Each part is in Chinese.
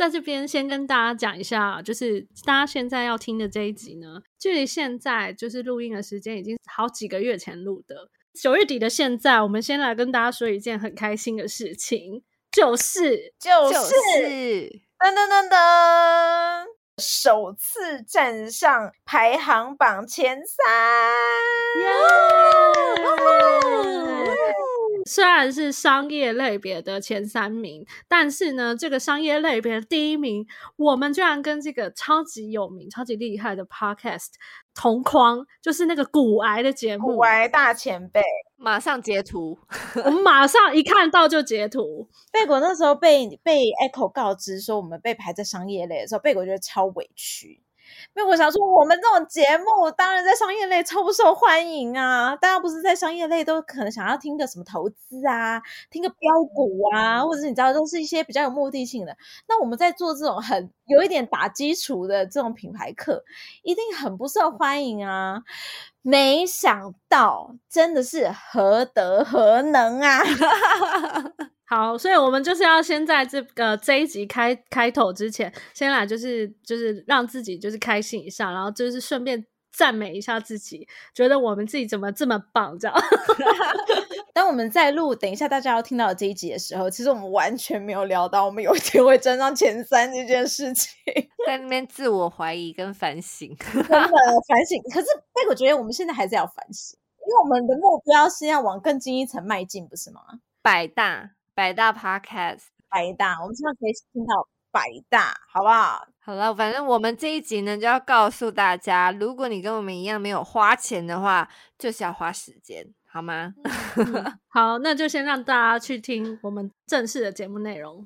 在这边先跟大家讲一下，就是大家现在要听的这一集呢，距离现在就是录音的时间已经好几个月前录的。9月底的现在，我们先来跟大家说一件很开心的事情，就是噔噔噔噔，首次站上排行榜前3。 虽然是商业类别的前3名，但是呢，这个商业类别的第1名，我们居然跟这个超级有名、超级厉害的 podcast 同框，就是那个股癌的节目， 股癌大前辈， 马上截图， 我们马上一看到就截图。 贝果那时候被 Echo 告知说我们被排在商业类的时候，贝果觉得超委屈。因为我想说我们这种节目当然在商业类超不受欢迎啊，大家不是在商业类都可能想要听个什么投资啊，听个标股啊，或者是你知道都是一些比较有目的性的，那我们在做这种很有一点打基础的这种品牌课一定很不受欢迎啊。没想到真的是何德何能啊。 好，所以我们就是要先在这一集开头之前，先来就是让自己就是开心一下，然后就是顺便赞美一下自己，觉得我们自己怎么这么棒这样。 当我们在录等一下大家要听到的这一集的时候，其实我们完全没有料到我们有一天会站上前3这件事情， 在那边自我怀疑跟反省。 真的反省。可是贝果觉得我们现在还是要反省，因为我们的目标是要往更精一层迈进，不是吗？ 百大 podcast， 百大，我们现在可以听到百大，好不好？ 好了，反正我们这一集呢就要告诉大家，如果你跟我们一样没有花钱的话，就是要花时间，好吗？ 好，那就先让大家去听我们正式的节目内容。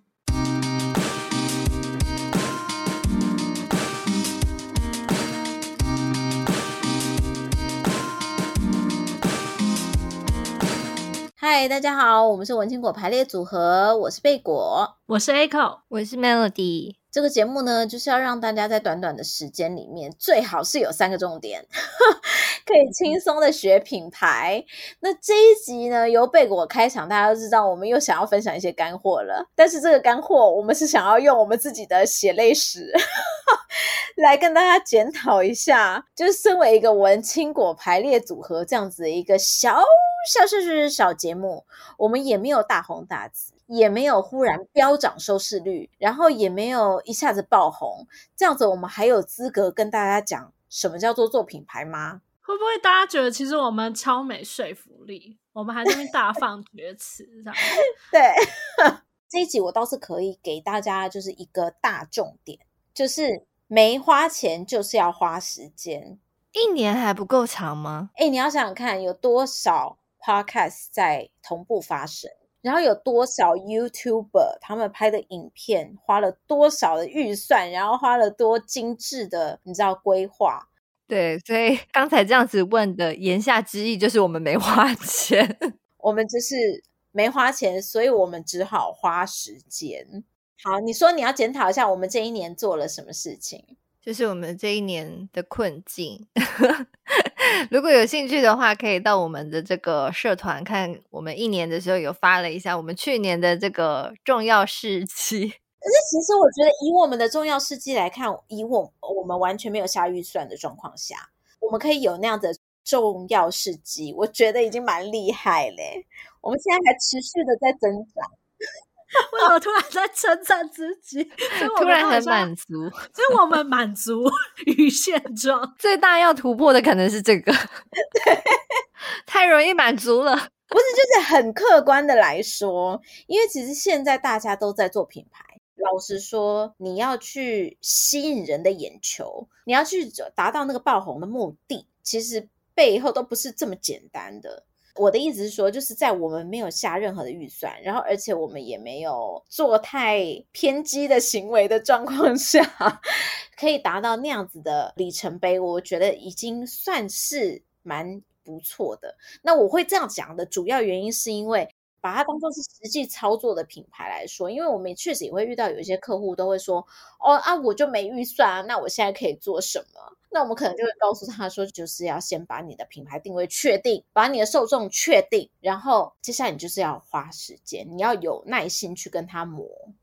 嗨，大家好，我们是文青果排列组合，我是贝果， 我是 Echo， 我是 Melody。 这个节目呢，就是要让大家在短短的时间里面，最好是有3个重点，可以轻松的学品牌。那这一集呢，由贝果开场，大家都知道我们又想要分享一些干货了，但是这个干货，我们是想要用我们自己的血泪史来跟大家检讨一下，就是身为一个文青果排列组合这样子的一个小节目，我们也没有大红大紫，也没有忽然飙涨收视率，然后也没有一下子爆红，这样子我们还有资格跟大家讲什么叫做品牌吗？ 会不会大家觉得其实我们超没说服力，我们还在那边大放厥词这样？ 对。这一集我倒是可以给大家就是一个大重点，就是没花钱就是要花时间。 1年还不够长吗？ 你要想想看有多少 podcast 在同步发生，然后有多少 YouTuber 他们拍的影片花了多少的预算，然后花了多精致的你知道规划。 对，所以刚才这样子问的言下之意就是我们没花钱。 我们就是没花钱，所以我们只好花时间。好，你说你要检讨一下我们这一年做了什么事情， 就是我们这一年的困境。如果有兴趣的话，可以到我们的这个社团看，我们1年的时候有发了一下我们去年的这个重要事迹。 可是其实我觉得以我们的重要事迹来看，以我们完全没有下预算的状况下，我们可以有那样的重要事迹，我觉得已经蛮厉害嘞。我们现在还持续的在增长。 为什么突然在称赞自己？ 突然很满足， 所以我们满足于现状。 最大要突破的可能是这个， 对， 太容易满足了。 不是，就是很客观的来说，因为其实现在大家都在做品牌，老实说，你要去吸引人的眼球，你要去达到那个爆红的目的，其实背后都不是这么简单的。我的意思是说，就是在我们没有下任何的预算，然后而且我们也没有做太偏激的行为的状况下，可以达到那样子的里程碑，我觉得已经算是蛮不错的。那我会这样讲的主要原因是因为把它当作是实际操作的品牌来说，因为我们确实也会遇到有一些客户都会说我就没预算啊，那我现在可以做什么？那我们可能就会告诉他说，就是要先把你的品牌定位确定，把你的受众确定，然后接下来你就是要花时间，你要有耐心去跟他磨。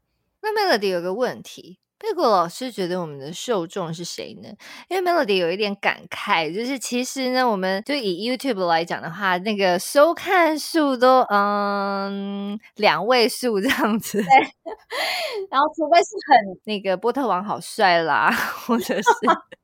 那 Melody 有个问题，贝果老师觉得我们的受众是谁呢？因为 Melody 有一点感慨，就是其实呢，我们就以 YouTube 来讲的话，那个收看数都2位数这样子。 对，然后除非是很那个波特王好帅啦，或者是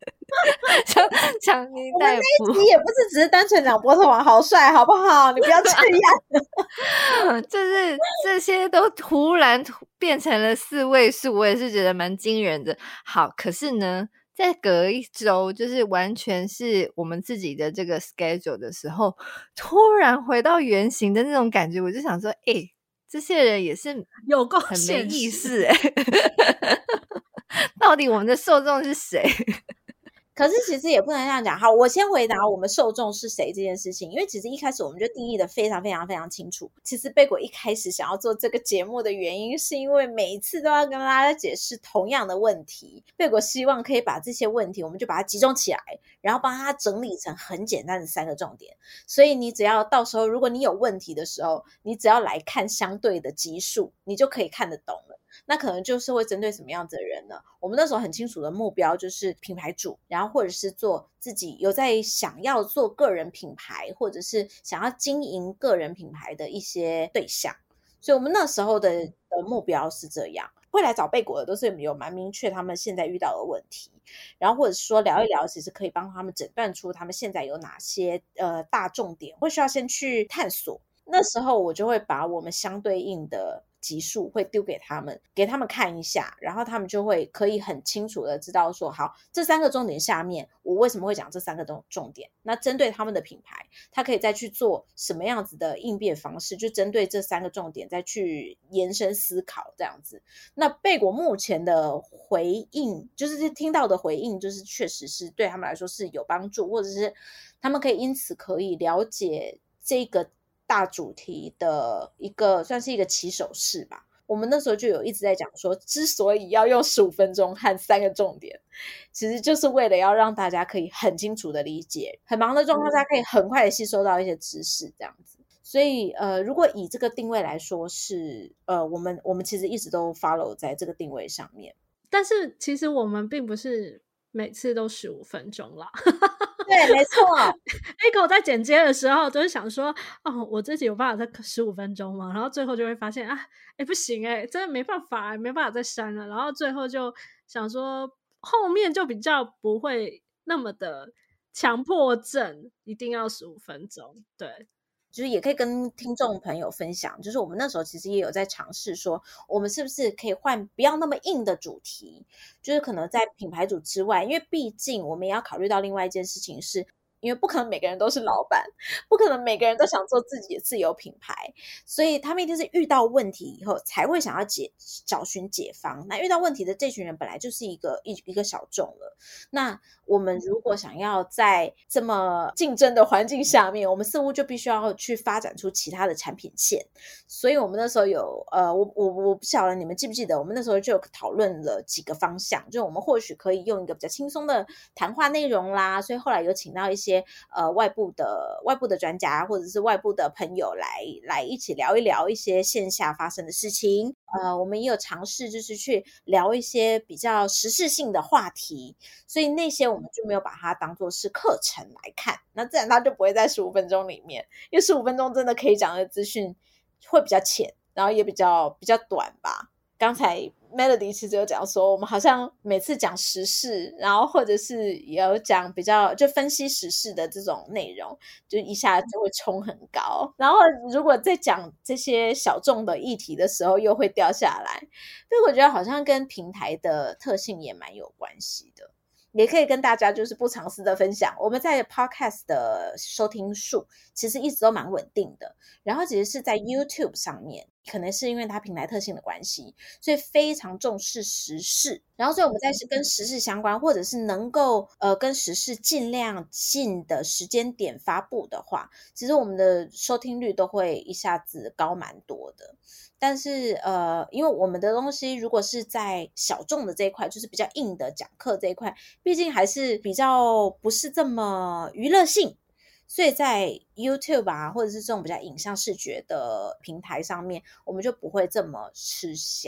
强尼戴普， 我们那一集也不是只是单纯讲波特王好帅，好不好？你不要这样。 就是这些都突然变成了4位数，我也是觉得蛮惊人的。好，可是呢，在隔一周，就是完全是我们自己的这个 schedule 的时候，突然回到原形的那种感觉，我就想说，这些人也是有够很没现意实思到底我们的受众是谁？ 可是其实也不能这样讲。好，我先回答我们受众是谁这件事情，因为其实一开始我们就定义的非常非常非常清楚。其实贝果一开始想要做这个节目的原因，是因为每一次都要跟大家解释同样的问题。贝果希望可以把这些问题，我们就把它集中起来，然后帮它整理成很简单的3个重点。所以你只要到时候如果你有问题的时候，你只要来看相对的集数，你就可以看得懂了。那可能就是会针对什么样子的人呢？我们那时候很清楚的目标就是品牌主，然后或者是做自己有在想要做个人品牌，或者是想要经营个人品牌的一些对象。所以我们那时候的目标是这样。会来找贝果的都是有蛮明确他们现在遇到的问题，然后或者是说聊一聊，其实可以帮他们诊断出他们现在有哪些大重点，会需要先去探索。那时候我就会把我们相对应的集数会丢给他们，给他们看一下，然后他们就会可以很清楚的知道说，好，这3个重点下面我为什么会讲这3个重点，那针对他们的品牌，他可以再去做什么样子的应变方式，就针对这3个重点再去延伸思考这样子。那贝果目前的回应，就是听到的回应，就是确实是对他们来说是有帮助，或者是他们可以因此可以了解这个大主题的算是一个起手式吧。我们那时候就有一直在讲说，之所以要用15分钟和3个重点，其实就是为了要让大家可以很清楚的理解，很忙的状况下可以很快的吸收到一些知识这样子。所以如果以这个定位来说是我们其实一直都 follow 在这个定位上面。 但是其实我们并不是每次都15分钟啦。 对，没错。 Echo 在剪接的时候都是想说，我自己有办法在15分钟吗？然后最后就会发现不行真的没办法没办法再删了。然后最后就想说，后面就比较不会那么的强迫症，一定要15分钟。对。 就是也可以跟听众朋友分享，就是我们那时候其实也有在尝试说，我们是不是可以换不要那么硬的主题，就是可能在品牌主之外，因为毕竟我们也要考虑到另外一件事情是，因为不可能每个人都是老板，不可能每个人都想做自己的自有品牌，所以他们一定是遇到问题以后才会想要找寻解方。那遇到问题的这群人本来就是一个小众了。那我们如果想要在这么竞争的环境下面，我们似乎就必须要去发展出其他的产品线。所以我们那时候有我不晓得你们记不记得，我们那时候就有讨论了几个方向，就我们或许可以用一个比较轻松的谈话内容啦，所以后来有请到一些外部的专家或者是外部的朋友来一起聊一聊一些线下发生的事情。我们也有尝试就是去聊一些比较时事性的话题，所以那些我们就没有把它当作是课程来看，那自然它就不会在15分钟里面，因为15分钟真的可以讲的资讯会比较浅，然后也比较短吧。刚才 Melody 其实有讲说，我们好像每次讲时事，然后或者是有讲比较就分析时事的这种内容，就一下就会冲很高，然后如果在讲这些小众的议题的时候又会掉下来，所以我觉得好像跟平台的特性也蛮有关系的。也可以跟大家就是不藏私的分享，我们在 podcast 的收听数其实一直都蛮稳定的，然后其实是在 YouTube 上面，可能是因为它平台特性的关系，所以非常重视时事，然后所以我们在跟时事相关或者是能够跟时事尽量近的时间点发布的话，其实我们的收听率都会一下子高蛮多的。但是因为我们的东西如果是在小众的这一块，就是比较硬的讲课这一块，毕竟还是比较不是这么娱乐性，所以在 YouTube 啊或者是这种比较影像视觉的平台上面，我们就不会这么吃香。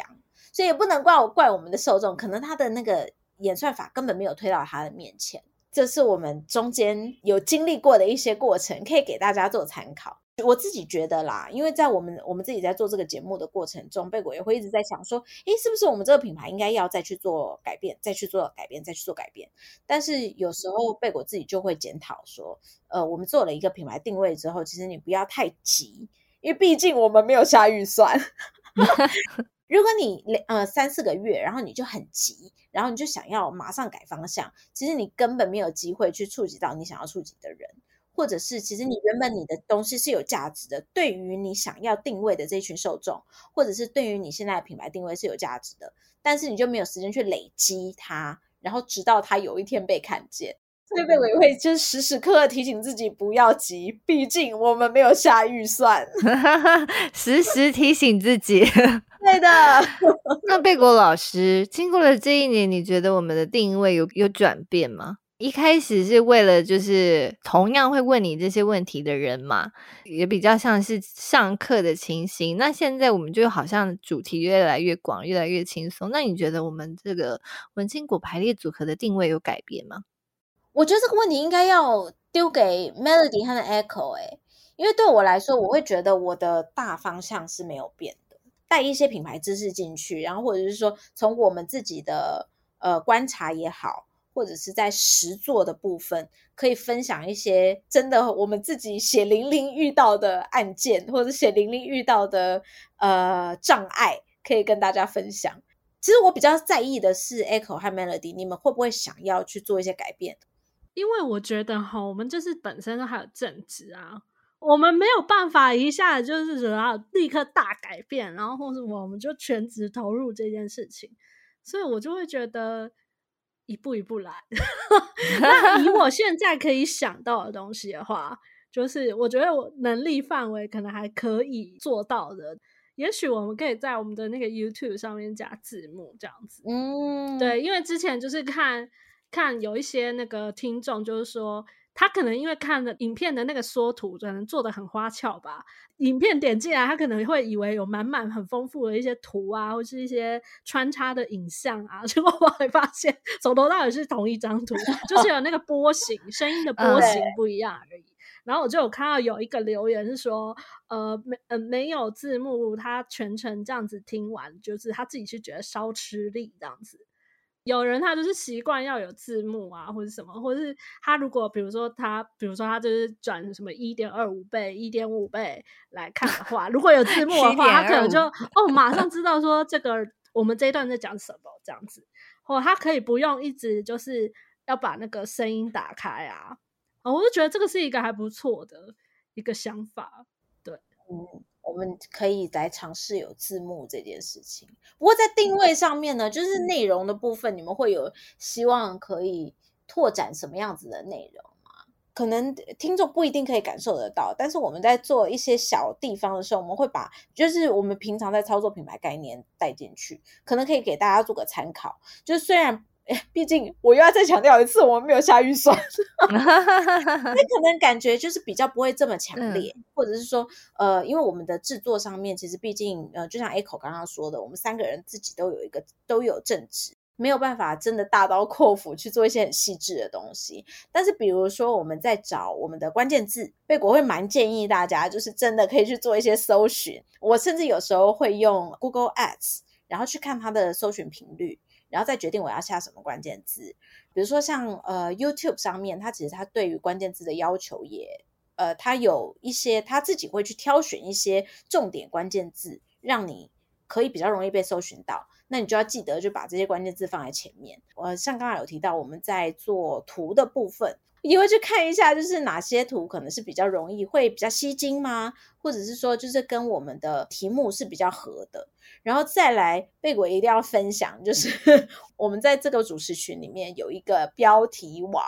所以也不能怪我们的受众，可能他的那个演算法根本没有推到他的面前。这是我们中间有经历过的一些过程，可以给大家做参考。我自己觉得啦，因为在我们自己在做这个节目的过程中，贝果也会一直在想说，是不是我们这个品牌应该要再去做改变，再去做改变，再去做改变。但是有时候贝果自己就会检讨说，我们做了一个品牌定位之后，其实你不要太急，因为毕竟我们没有下预算。如果你3-4个月，然后你就很急，然后你就想要马上改方向，其实你根本没有机会去触及到你想要触及的人，或者是其实你原本你的东西是有价值的，对于你想要定位的这群受众，或者是对于你现在的品牌定位是有价值的，但是你就没有时间去累积它，然后直到它有一天被看见。所以贝果也会就是时时刻刻提醒自己不要急，毕竟我们没有下预算。 时时提醒自己。 对的。 那贝果老师，经过了这一年，你觉得我们的定位有转变吗？一开始是为了就是同样会问你这些问题的人嘛，也比较像是上课的情形。那现在我们就好像主题越来越广，越来越轻松。那你觉得我们这个文青果排列组合的定位有改变吗？ 我觉得这个问题应该要丢给 Melody 和 Echo 因为对我来说，我会觉得我的大方向是没有变的，带一些品牌知识进去，然后或者是说从我们自己的观察也好，或者是在实作的部分，可以分享一些真的我们自己血淋淋遇到的案件，或者血淋淋遇到的障碍，可以跟大家分享。其实我比较在意的是 Echo 和 Melody， 你们会不会想要去做一些改变？ 因为我觉得我们就是本身还有正职啊，我们没有办法一下子就是要立刻大改变，然后或者我们就全职投入这件事情，所以我就会觉得一步一步来。那以我现在可以想到的东西的话，就是我觉得我能力范围可能还可以做到的，也许我们可以在我们的那个 YouTube 上面加字幕这样子。对，因为之前就是看有一些那个听众就是说，他可能因为看了影片的那个缩图可能做得很花俏吧，影片点进来他可能会以为有满满很丰富的一些图啊，或是一些穿插的影像啊，结果我还发现从头到尾是同一张图，就是有那个波形声音的波形不一样而已。然后我就有看到有一个留言是说没有字幕，他全程这样子听完，就是他自己是觉得稍吃力这样子。有人他就是习惯要有字幕啊，或者什么，或者是他如果比如说他就是转什么 1.25 倍 1.5 倍来看的话，如果有字幕的话他可能就马上知道说这个我们这一段在讲什么这样子，或他可以不用一直就是要把那个声音打开啊。我就觉得这个是一个还不错的一个想法。对， 我们可以来尝试有字幕这件事情。不过在定位上面呢，就是内容的部分，你们会有希望可以拓展什么样子的内容吗？可能听众不一定可以感受得到，但是我们在做一些小地方的时候，我们会把就是我们平常在操作品牌概念带进去，可能可以给大家做个参考。就是虽然毕竟我又要再强调一次，我们没有下预算，那可能感觉就是比较不会这么强烈，或者是说因为我们的制作上面其实毕竟就像 Echo 刚刚说的，我们3个人自己都有正职，没有办法真的大刀阔斧去做一些很细致的东西。但是比如说我们在找我们的关键字，贝果会蛮建议大家就是真的可以去做一些搜寻，我甚至有时候会用 Google Ads 然后去看它的搜寻频率，然后再决定我要下什么关键字。比如说像YouTube 上面，它其实它对于关键字的要求也它有一些它自己会去挑选一些重点关键字，让你可以比较容易被搜寻到，那你就要记得就把这些关键字放在前面。像刚才有提到我们在做图的部分，也会去看一下就是哪些图可能是比较容易会比较吸睛吗，或者是说就是跟我们的题目是比较合的。然后再来贝果一定要分享，就是我们在这个主持群里面有一个标题王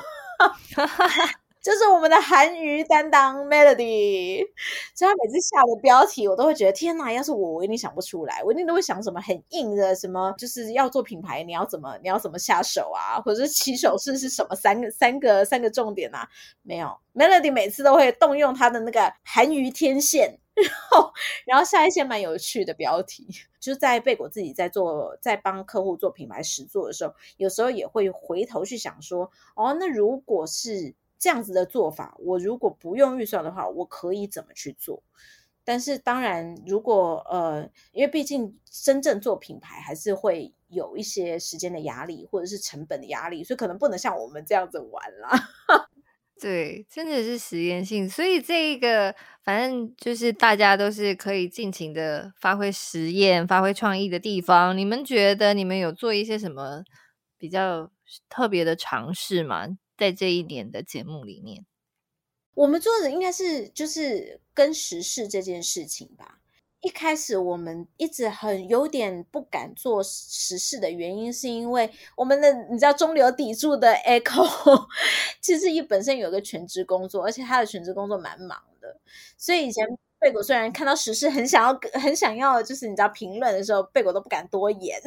就是我们的韩语担当 Melody， 所以他每次下的标题我都会觉得天哪，要是我一定想不出来，我一定都会想什么很硬的，什么就是要做品牌你要怎么下手啊，或者是起手式是什么三个重点啊，没有 Melody 每次都会动用他的那个韩语天线， 然后下一些蛮有趣的标题，就是在贝果自己在帮客户做品牌实作的时候，有时候也会回头去想说，那如果是这样子的做法，我如果不用预算的话，我可以怎么去做？但是当然如果因为毕竟真正做品牌还是会有一些时间的压力或者是成本的压力，所以可能不能像我们这样子玩啦。 对，真的是实验性，所以这一个反正就是大家都是可以尽情的发挥实验、发挥创意的地方。你们觉得你们有做一些什么比较特别的尝试吗？在这一年的节目里面， 我们做的应该是就是跟时事这件事情吧。一开始我们一直有点不敢做时事的原因，是因为我们的你知道中流砥柱的 Echo 其实本身有个全职工作，而且他的全职工作蛮忙的，所以以前贝果虽然看到时事很想要就是你知道评论的时候，贝果都不敢多言。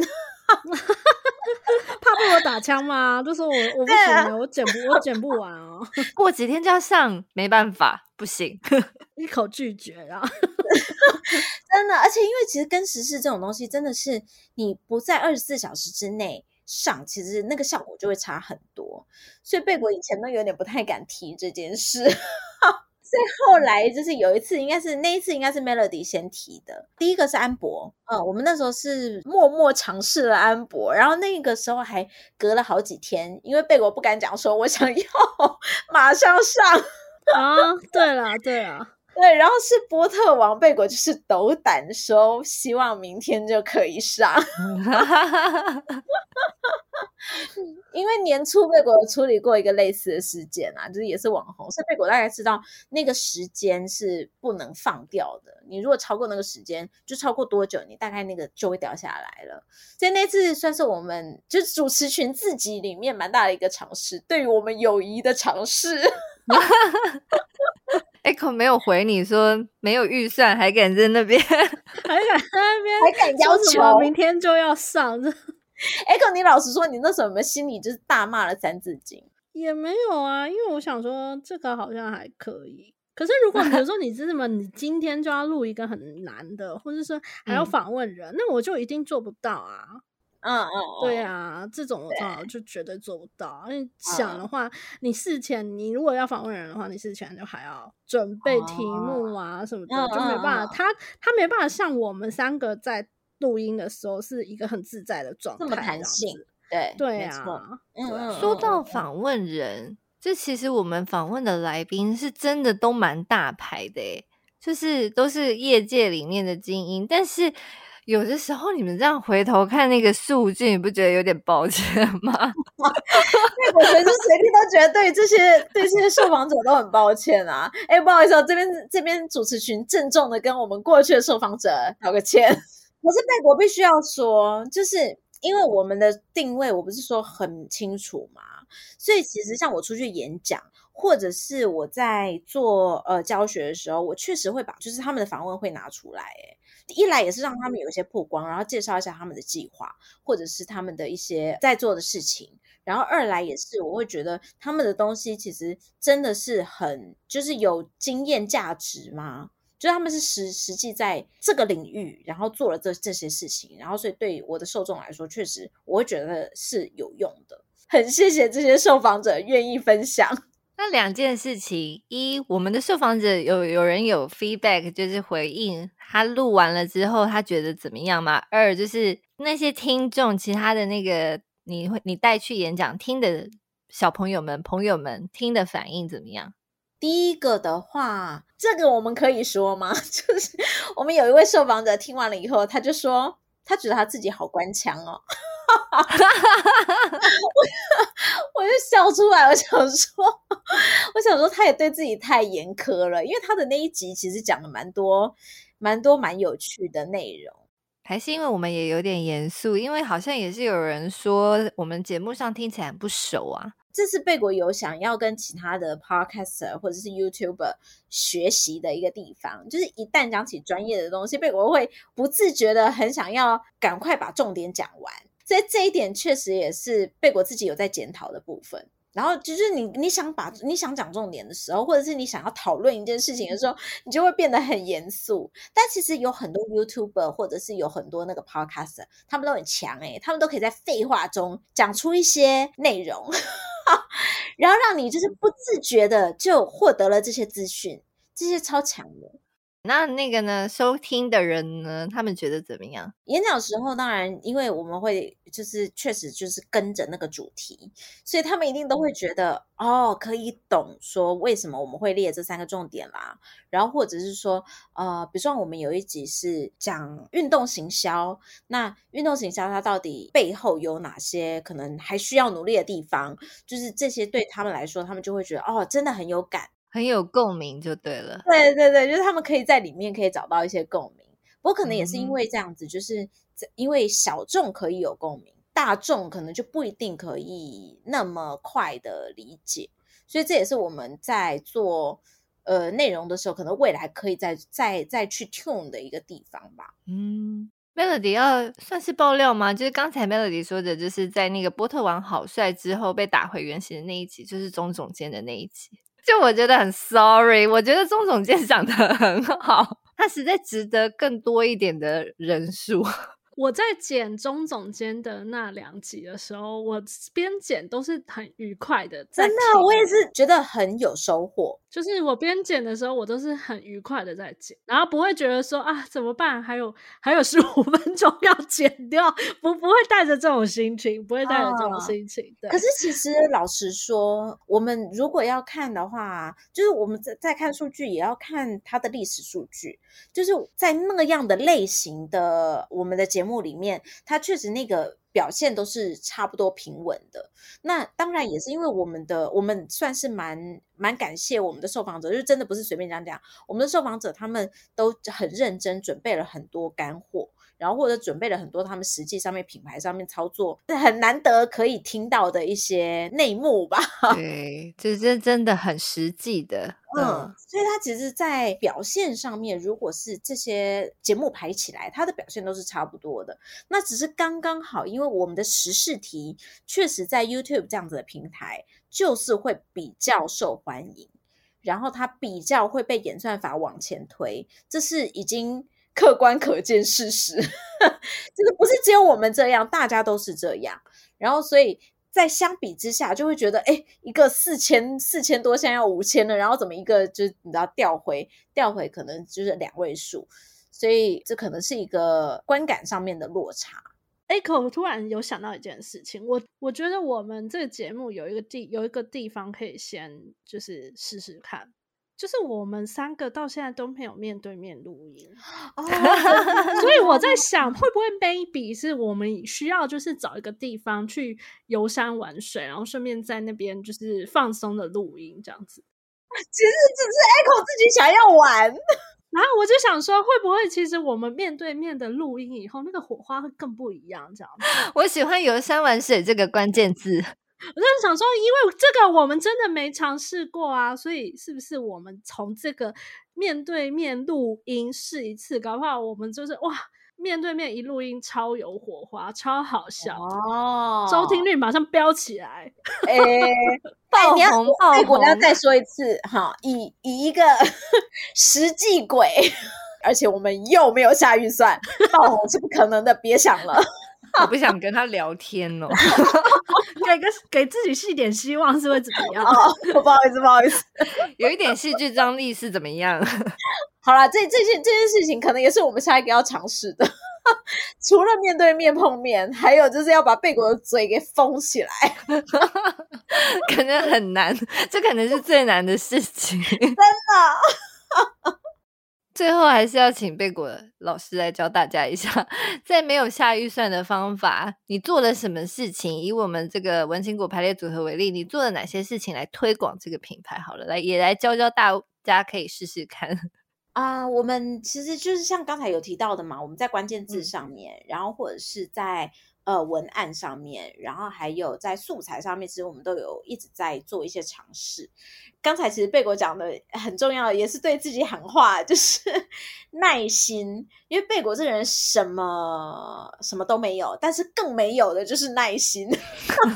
怕被我打枪吗？就说我不行了，我剪不完哦。 过几天就要上，没办法，不行。 一口拒绝啊。 真的，而且因为其实跟时事这种东西真的是你不在24小时之内上，其实那个效果就会差很多，所以贝果以前都有点不太敢提这件事。所以后来就是有一次那一次应该是 Melody 先提的，第一个是安博，我们那时候是默默尝试了安博，然后那个时候还隔了好几天，因为贝果不敢讲说我想要马上上啊。对啦对，然后是波特王，贝果就是斗胆说希望明天就可以上。因为年初贝果有处理过一个类似的事件啊，就是也是网红，所以贝果大概知道那个时间是不能放掉的，你如果超过那个时间，就超过多久你大概那个就会掉下来了。所以那次算是我们就是主持群自己里面蛮大的一个尝试，对于我们友谊的尝试。 Echo 没有回你说没有预算，还敢在那边还敢要求明天就要上。 Echo 你老实说，你那时候有没有心里就是大骂了三字经？ 也没有啊，因为我想说这个好像还可以。可是如果比如说你你今天就要录一个很难的，或者是还要访问人，那我就一定做不到啊。对啊，这种我就绝对做不到。因为想的话，你事前你如果要访问人的话，你事前就还要准备题目啊什么的，就没办法。他没办法像我们三个在录音的时候是一个很自在的状态， 这么弹性。 对啊。 说到访问人，这其实我们访问的来宾是真的都蛮大牌的耶，就是都是业界里面的精英，但是有的时候你们这样回头看那个数据，你不觉得有点抱歉吗？ 我随时随地都觉得对这些受访者都很抱歉啊。不好意思，这边主持群郑重的跟我们过去的受访者道个歉。可是贝果必须要说，就是因为我们的定位我不是说很清楚嘛，所以其实像我出去演讲或者是我在做教学的时候，我确实会把就是他们的访问会拿出来。一来也是让他们有一些曝光，然后介绍一下他们的计划或者是他们的一些在做的事情，然后二来也是我会觉得他们的东西其实真的是很就是有经验价值嘛，就是他们是实际在这个领域然后做了这些事情，然后所以对我的受众来说确实我会觉得是有用的。很谢谢这些受访者愿意分享。 那两件事情，一，我们的受访者有人有 feedback， 就是回应他录完了之后他觉得怎么样吗？二，就是那些听众其他的那个你带去演讲听的小朋友们朋友们听的反应怎么样？ 第一个的话，这个我们可以说吗？就是我们有一位受访者听完了以后，他就说他觉得他自己好官腔哦。我就笑出来，我想说他也对自己太严苛了，因为他的那一集其实讲了蛮多蛮有趣的内容。 还是因为我们也有点严肃，因为好像也是有人说我们节目上听起来很不熟啊。 这是贝果有想要跟其他的 podcaster 或者是 YouTuber 学习的一个地方，就是一旦讲起专业的东西，贝果会不自觉的很想要赶快把重点讲完，所以这一点确实也是贝果自己有在检讨的部分。 然后就是你想讲重点的时候，或者是你想要讨论一件事情的时候，你就会变得很严肃。但其实有很多 YouTuber 或者是有很多那个 Podcaster， 他们都很强他们都可以在废话中讲出一些内容然后让你就是不自觉的就获得了这些资讯，这些超强的。 那个呢，收听的人呢，他们觉得怎么样？ 演讲的时候当然因为我们会就是确实就是跟着那个主题，所以他们一定都会觉得可以懂说为什么我们会列这3个重点啦，然后或者是说比如说我们有一集是讲运动行销，那运动行销它到底背后有哪些可能还需要努力的地方，就是这些对他们来说他们就会觉得真的很有感， 很有共鸣就对了。 对对对，就是他们可以在里面可以找到一些共鸣。不过可能也是因为这样子，就是因为小众可以有共鸣，大众可能就不一定可以那么快的理解，所以这也是我们在做内容的时候可能未来可以再去 tune 的一个地方吧。 Melody 要算是爆料吗？就是刚才 Melody 说的，就是在那个波特王好帅之后被打回原形的那一集，就是钟总监的那一集。就我觉得很 sorry， 我觉得钟总监讲得很好，他实在值得更多一点的人数。 我在剪钟总监的那2集的时候，我边剪都是很愉快的， 真的，我也是觉得很有收获。 就是我边剪的时候，我都是很愉快的在剪，然后不会觉得说怎么办，还有15分钟要剪掉，不会带着这种心情，不会带着这种心情。对。 可是其实老实说，我们如果要看的话，就是我们在看数据，也要看它的历史数据，就是在那个样的类型的我们的节目里面，它确实那个表现都是差不多平稳的。那当然也是因为我们算是蛮感谢我们的受访者，就真的不是随便这样讲，我们的受访者他们都很认真准备了很多干货，然后或者准备了很多他们实际上面品牌上面操作很难得可以听到的一些内幕吧。 对，这是真的很实际的。 所以它其实在表现上面，如果是这些节目排起来，它的表现都是差不多的。那只是刚刚好，因为我们的时事题确实在 YouTube 这样子的平台就是会比较受欢迎，然后它比较会被演算法往前推，这是已经客观可见事实就是不是只有我们这样，大家都是这样。然后所以在相比之下就会觉得一个4000多现在要5000了，然后怎么一个就是你知道调回可能就是2位数，所以这可能是一个观感上面的落差。 可我突然有想到一件事情，我觉得我们这个节目有一个地方可以先就是试试看，就是我们3个到现在都没有面对面录音所以我在想会不会 maybe 是我们需要就是找一个地方去游山玩水，然后顺便在那边就是放松的录音这样子。 其实只是 Echo 自己想要玩然后我就想说会不会其实我们面对面的录音以后那个火花会更不一样这样子。 我喜欢游山玩水这个关键字， 我就想说因为这个我们真的没尝试过啊，所以是不是我们从这个面对面录音试一次，搞不好我们就是哇面对面一录音超有火花超好笑收听率马上飙起来爆红爆红。 我要再说一次以一个实际鬼而且我们又没有下预算爆红是不可能的别想了我不想跟他聊天哦给自己系点希望是会怎么样不好意思有一点戏剧张力是怎么样好啦，这件事情可能也是我们下一个要尝试的除了面对面碰面，还有就是要把贝果的嘴给封起来可能很难，这可能是最难的事情真的最后还是要请贝果老师来教大家一下，在没有下预算的方法，你做了什么事情？以我们这个文青果排列组合为例，你做了哪些事情来推广这个品牌？好了，也来教大家可以试试看我们其实就是像刚才有提到的嘛，我们在关键字上面，然后或者是在文案上面，然后还有在素材上面，其实我们都有一直在做一些尝试。刚才其实贝果讲的很重要，也是对自己喊话，就是耐心。因为贝果这个人什么都没有，但是更没有的就是耐心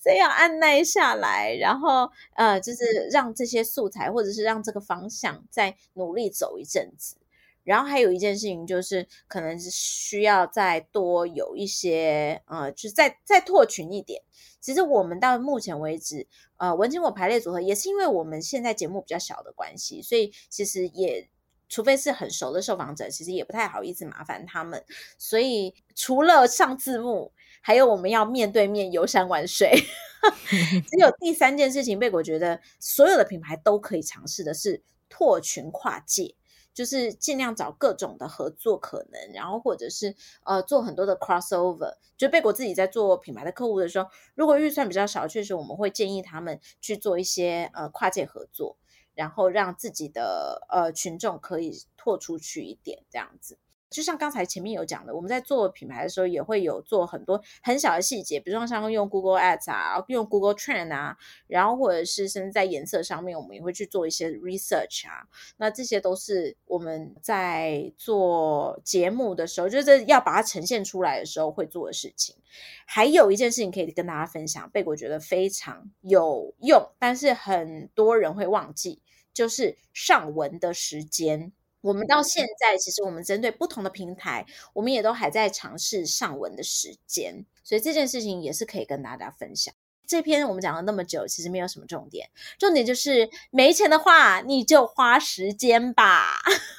所以要按耐下来，然后就是让这些素材或者是让这个方向再努力走一阵子。然后还有一件事情就是可能是需要再多有一些就是再拓群一点。其实我们到目前为止文青果排列组合也是因为我们现在节目比较小的关系，所以其实也除非是很熟的受访者，其实也不太好意思麻烦他们。所以除了上字幕，还有我们要面对面游山玩水只有第三件事情贝果觉得所有的品牌都可以尝试的是拓群跨界，就是尽量找各种的合作可能，然后或者是做很多的 crossover。就贝果自己在做品牌的客户的时候，如果预算比较少，确实我们会建议他们去做一些跨界合作，然后让自己的群众可以拓出去一点这样子。就像刚才前面有讲的，我们在做品牌的时候也会有做很多很小的细节，比如说像用 Google Ads 啊，用 Google Trend 啊，然后或者是甚至在颜色上面我们也会去做一些 research 啊。那这些都是我们在做节目的时候，就是要把它呈现出来的时候会做的事情。还有一件事情可以跟大家分享，贝果觉得非常有用，但是很多人会忘记，就是上文的时间。我们到现在其实我们针对不同的平台，我们也都还在尝试上文的时间，所以这件事情也是可以跟大家分享。这篇我们讲了那么久，其实没有什么重点，重点就是没钱的话你就花时间吧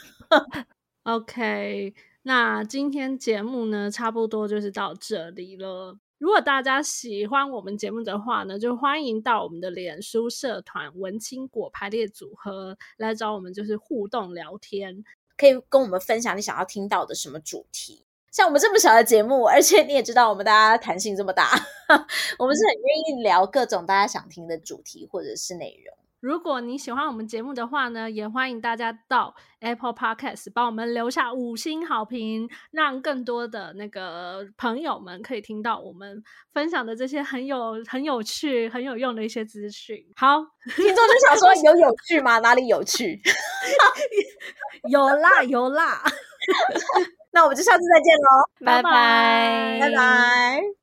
OK， 那今天节目呢差不多就是到这里了。如果大家喜欢我们节目的话呢，就欢迎到我们的脸书社团文青果排列组合来找我们，就是互动聊天， 可以跟我们分享你想要听到的什么主题。像我们这么小的节目，而且你也知道我们大家弹性这么大我们是很愿意聊各种大家想听的主题或者是内容。 如果你喜欢我们节目的话呢，也欢迎大家到 Apple Podcast 帮我们留下5星好评，让更多的那个朋友们可以听到我们分享的这些很有趣很有用的一些资讯。好， 听众就想说有趣吗？哪里有趣有啦有啦那我们就下次再见咯， 拜拜拜拜。